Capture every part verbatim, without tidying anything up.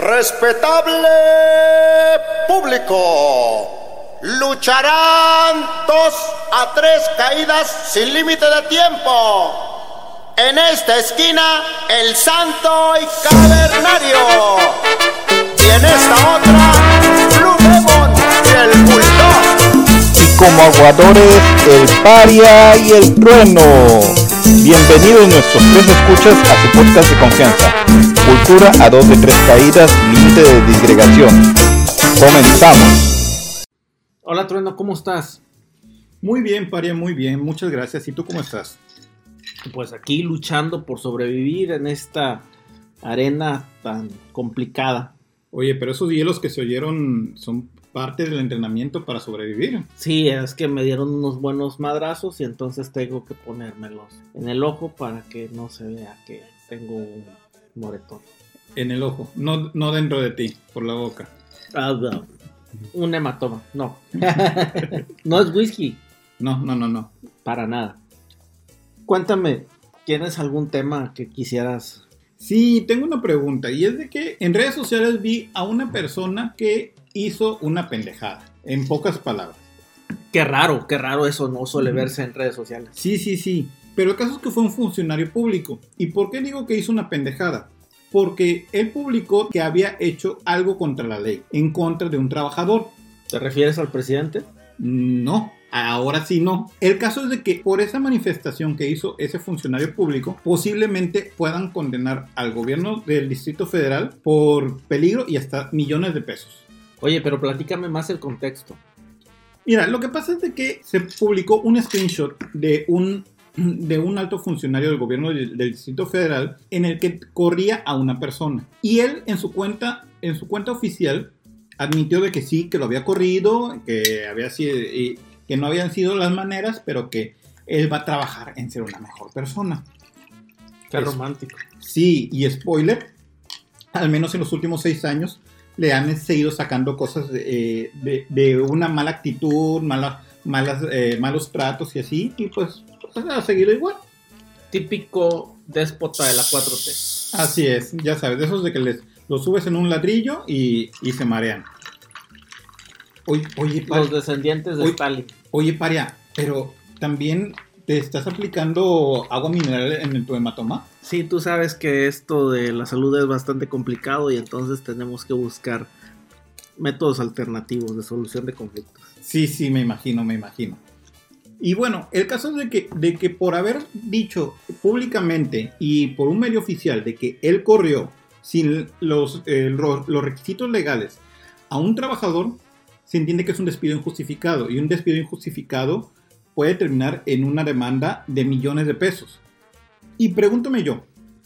Respetable público, lucharán dos a tres caídas sin límite de tiempo. En esta esquina, el Santo y Cavernario. Y en esta otra, Blue Demon y el Bulldog. Y como aguadores, el Paria y el Trueno. Bienvenidos nuestros tres escuchas a su podcast de confianza. Cultura a dos de tres caídas, límite de disgregación. Comenzamos. Hola Trueno, ¿cómo estás? Muy bien, Paria, muy bien. Muchas gracias. ¿Y tú cómo estás? Pues aquí luchando por sobrevivir en esta arena tan complicada. Oye, pero esos hielos que se oyeron son parte del entrenamiento para sobrevivir. Sí, es que me dieron unos buenos madrazos y entonces tengo que ponérmelos en el ojo para que no se vea que tengo un moretón. En el ojo, no, no dentro de ti, por la boca. Ah, no. Un hematoma, no. No es whisky. No, no, no, no. Para nada. Cuéntame, ¿tienes algún tema que quisieras? Sí, tengo una pregunta y es de que en redes sociales vi a una persona que hizo una pendejada, en pocas palabras. Qué raro, qué raro, eso no suele verse en redes sociales. Sí, sí, sí, pero el caso es que fue un funcionario público. ¿Y por qué digo que hizo una pendejada? Porque él publicó que había hecho algo contra la ley, en contra de un trabajador. ¿Te refieres al presidente? No, ahora sí no. El caso es de que por esa manifestación que hizo ese funcionario público, posiblemente puedan condenar al gobierno del Distrito Federal por peligro y hasta millones de pesos. Oye, pero platícame más el contexto. Mira, lo que pasa es de que se publicó un screenshot de un, de un alto funcionario del gobierno del, del Distrito Federal en el que corría a una persona. Y él en su cuenta, en su cuenta oficial admitió de que sí, que lo había corrido, que, había sido, y, que no habían sido las maneras, pero que él va a trabajar en ser una mejor persona. Qué es, romántico. Sí, y spoiler, al menos en los últimos seis años, le han seguido sacando cosas de, de, de una mala actitud, mala, malas, eh, malos tratos y así, y pues, pues a seguir igual. Típico déspota de la cuatro T. Así es, ya sabes, de esos de que les los subes en un ladrillo y, y se marean. Oye, oye, Paria, los descendientes de oye, Stalin. Oye, Paria, pero también te estás aplicando agua mineral en tu hematoma. Sí, tú sabes que esto de la salud es bastante complicado y entonces tenemos que buscar métodos alternativos de solución de conflictos. Sí, sí, me imagino, me imagino. Y bueno, el caso es de que, de que por haber dicho públicamente y por un medio oficial de que él corrió sin los, eh, los, los requisitos legales a un trabajador, se entiende que es un despido injustificado. Y un despido injustificado puede terminar en una demanda de millones de pesos. Y pregúntame yo,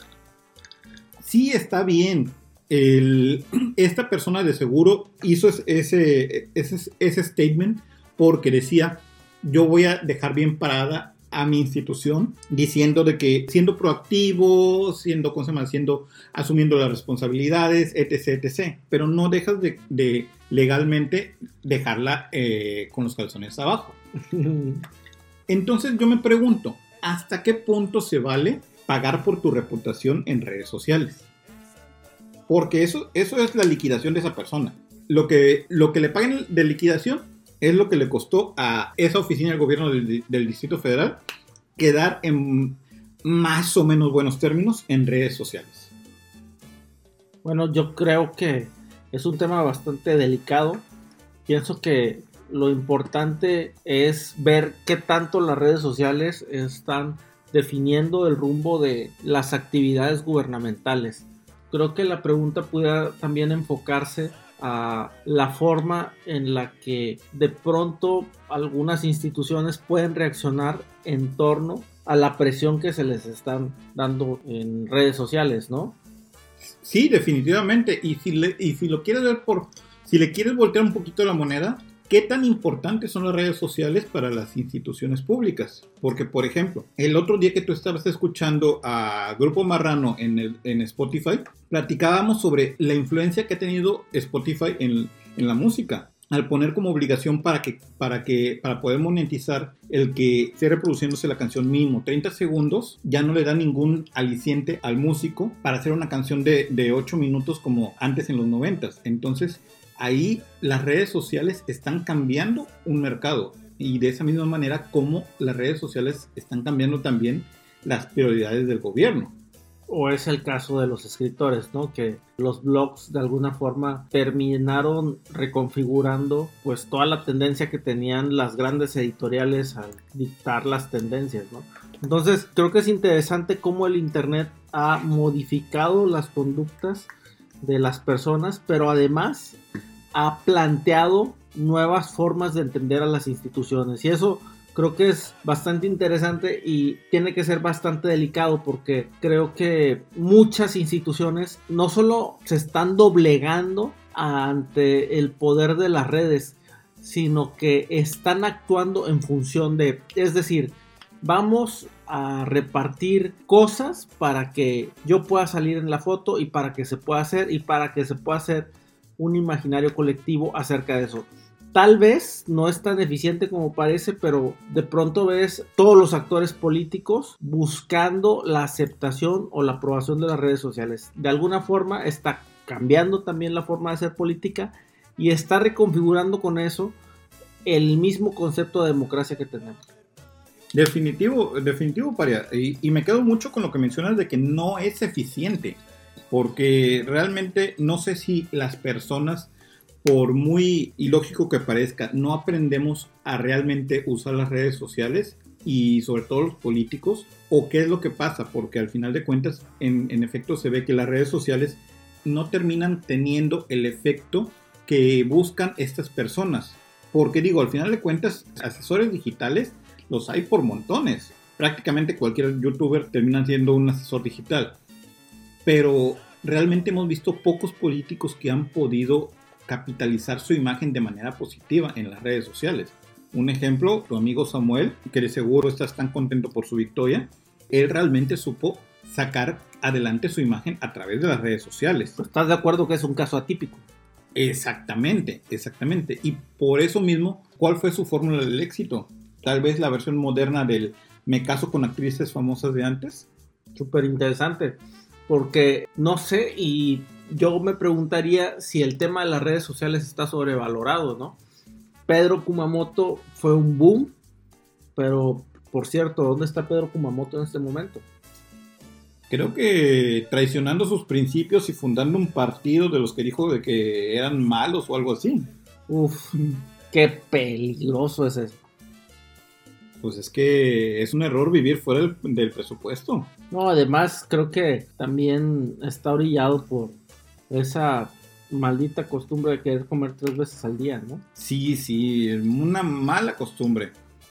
si está bien, el, esta persona de seguro hizo ese, ese, ese statement porque decía, yo voy a dejar bien parada a mi institución, diciendo de que siendo proactivo, siendo, ¿cómo se llama? Siendo, asumiendo las responsabilidades, etc, etcétera. Pero no dejas de, de legalmente dejarla eh, con los calzones abajo. Entonces yo me pregunto, ¿hasta qué punto se vale pagar por tu reputación en redes sociales? Porque eso, eso es la liquidación de esa persona. Lo que, lo que le paguen de liquidación es lo que le costó a esa oficina del gobierno del, del Distrito Federal quedar en más o menos buenos términos en redes sociales. Bueno, yo creo que es un tema bastante delicado. Pienso que lo importante es ver qué tanto las redes sociales están definiendo el rumbo de las actividades gubernamentales. Creo que la pregunta pudiera también enfocarse a la forma en la que de pronto algunas instituciones pueden reaccionar en torno a la presión que se les están dando en redes sociales, ¿no? Sí, definitivamente. Y si, le, y si lo quieres ver por, si le quieres voltear un poquito la moneda, ¿qué tan importantes son las redes sociales para las instituciones públicas? Porque, por ejemplo, el otro día que tú estabas escuchando a Grupo Marrano en, el, en Spotify, platicábamos sobre la influencia que ha tenido Spotify en, en la música. al poner como obligación para que, para que, para poder monetizar el que esté reproduciéndose la canción mínimo treinta segundos, ya no le da ningún aliciente al músico para hacer una canción de, de ocho minutos como antes en los noventas. Entonces, ahí las redes sociales están cambiando un mercado, y de esa misma manera como las redes sociales están cambiando también las prioridades del gobierno. O es el caso de los escritores, ¿no? Que los blogs de alguna forma terminaron reconfigurando pues toda la tendencia que tenían las grandes editoriales al dictar las tendencias, ¿no? Entonces creo que es interesante cómo el internet ha modificado las conductas de las personas, pero además ha planteado nuevas formas de entender a las instituciones, y eso creo que es bastante interesante y tiene que ser bastante delicado, porque creo que muchas instituciones no solo se están doblegando ante el poder de las redes, sino que están actuando en función de, es decir, vamos a repartir cosas para que yo pueda salir en la foto y para que se pueda hacer y para que se pueda hacer un imaginario colectivo acerca de eso. Tal vez no es tan eficiente como parece, pero de pronto ves todos los actores políticos buscando la aceptación o la aprobación de las redes sociales. De alguna forma está cambiando también la forma de hacer política y está reconfigurando con eso el mismo concepto de democracia que tenemos. Definitivo, definitivo, Paria. Y, y me quedo mucho con lo que mencionas de que no es eficiente, porque realmente no sé si las personas, por muy ilógico que parezca, no aprendemos a realmente usar las redes sociales, y sobre todo los políticos, o qué es lo que pasa, porque al final de cuentas, en, en efecto se ve que las redes sociales no terminan teniendo el efecto que buscan estas personas, porque digo, al final de cuentas, asesores digitales los hay por montones, prácticamente cualquier youtuber termina siendo un asesor digital, pero realmente hemos visto pocos políticos que han podido capitalizar su imagen de manera positiva en las redes sociales. Un ejemplo, tu amigo Samuel, que de seguro estás tan contento por su victoria, él realmente supo sacar adelante su imagen a través de las redes sociales. ¿Estás de acuerdo que es un caso atípico? Exactamente, exactamente. Y por eso mismo, ¿cuál fue su fórmula del éxito? Tal vez la versión moderna del me caso con actrices famosas de antes. Súper interesante, porque no sé, y yo me preguntaría si el tema de las redes sociales está sobrevalorado, ¿no? Pedro Kumamoto fue un boom, pero por cierto, ¿dónde está Pedro Kumamoto en este momento? Creo que traicionando sus principios y fundando un partido de los que dijo de que eran malos o algo así. Uf, qué peligroso es eso. Pues es que es un error vivir fuera del, del presupuesto. No, además creo que también está orillado por esa maldita costumbre de querer comer tres veces al día, ¿no? Sí, sí, una mala costumbre.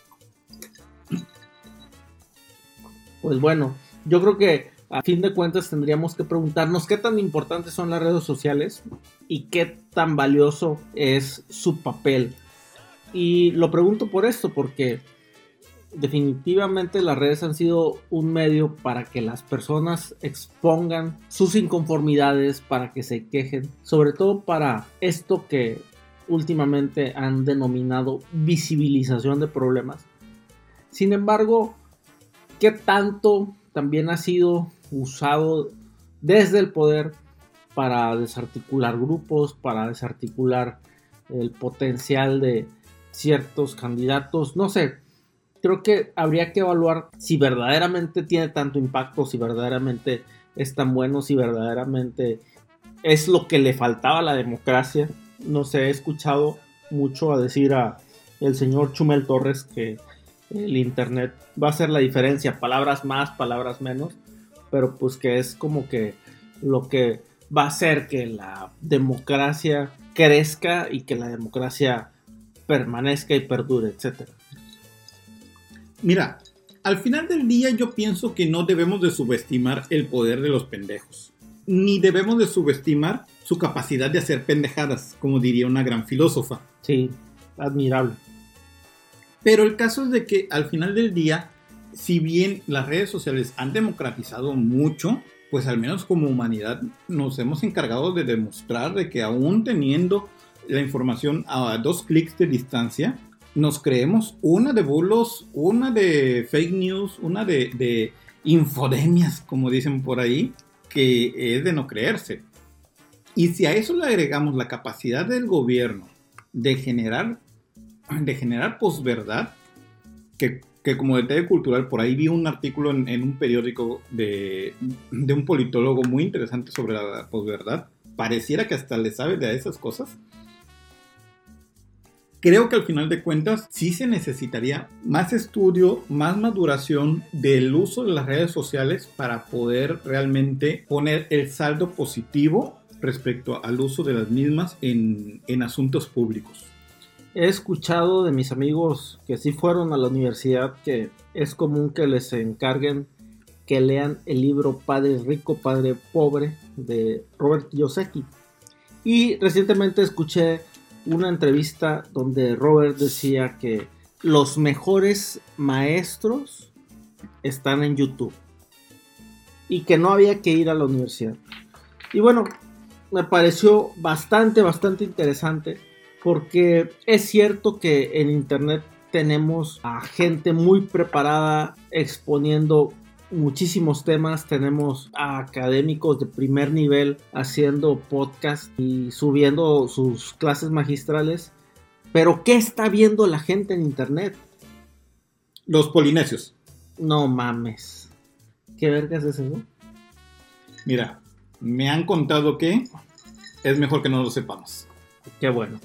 Pues bueno, yo creo que a fin de cuentas tendríamos que preguntarnos qué tan importantes son las redes sociales y qué tan valioso es su papel. Y lo pregunto por esto, porque definitivamente las redes han sido un medio para que las personas expongan sus inconformidades, para que se quejen, sobre todo para esto que últimamente han denominado visibilización de problemas. Sin embargo, ¿qué tanto también ha sido usado desde el poder para desarticular grupos, para desarticular el potencial de ciertos candidatos? No sé. Creo que habría que evaluar si verdaderamente tiene tanto impacto, si verdaderamente es tan bueno, si verdaderamente es lo que le faltaba a la democracia. No sé, he escuchado mucho a decir a el señor Chumel Torres que el internet va a hacer la diferencia, palabras más, palabras menos, pero pues que es como que lo que va a hacer que la democracia crezca y que la democracia permanezca y perdure, etcétera. Mira, al final del día yo pienso que no debemos de subestimar el poder de los pendejos, ni debemos de subestimar su capacidad de hacer pendejadas, como diría una gran filósofa. Sí, admirable. Pero el caso es de que al final del día, si bien las redes sociales han democratizado mucho, pues al menos como humanidad nos hemos encargado de demostrar de que aún teniendo la información a dos clics de distancia, nos creemos una de bulos, una de fake news, una de, de infodemias, como dicen por ahí, que es de no creerse. Y si a eso le agregamos la capacidad del gobierno de generar, de generar posverdad, que, que como detalle cultural, por ahí vi un artículo en, en un periódico de, de un politólogo muy interesante sobre la posverdad, pareciera que hasta le sabe de esas cosas. Creo que al final de cuentas sí se necesitaría más estudio, más maduración del uso de las redes sociales para poder realmente poner el saldo positivo respecto al uso de las mismas en, en asuntos públicos. He escuchado de mis amigos que sí fueron a la universidad que es común que les encarguen que lean el libro Padre Rico, Padre Pobre de Robert Kiyosaki. Y recientemente escuché una entrevista donde Robert decía que los mejores maestros están en YouTube y que no había que ir a la universidad. Y bueno, me pareció bastante, bastante interesante porque es cierto que en internet tenemos a gente muy preparada exponiendo muchísimos temas, tenemos a académicos de primer nivel haciendo podcast y subiendo sus clases magistrales, pero ¿qué está viendo la gente en internet? Los polinesios. No mames, ¿qué vergas es eso? Mira, me han contado que es mejor que no lo sepamos. Qué bueno.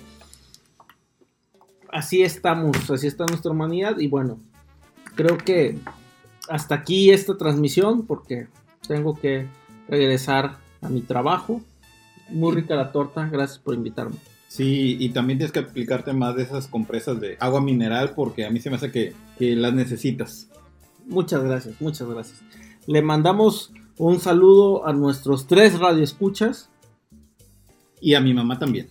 Así estamos, así está nuestra humanidad y bueno, creo que hasta aquí esta transmisión porque tengo que regresar a mi trabajo. Muy rica la torta, gracias por invitarme. Sí, y también tienes que aplicarte más de esas compresas de agua mineral porque a mí se me hace que, que las necesitas. Muchas gracias, muchas gracias. Le mandamos un saludo a nuestros tres radioescuchas. Y a mi mamá también.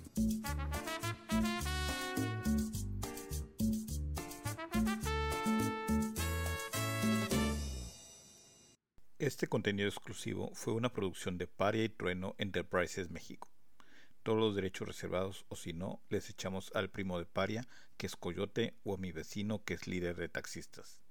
Este contenido exclusivo fue una producción de Paria y Trueno Enterprises México. Todos los derechos reservados, o si no, les echamos al primo de Paria, que es Coyote, o a mi vecino, que es líder de taxistas.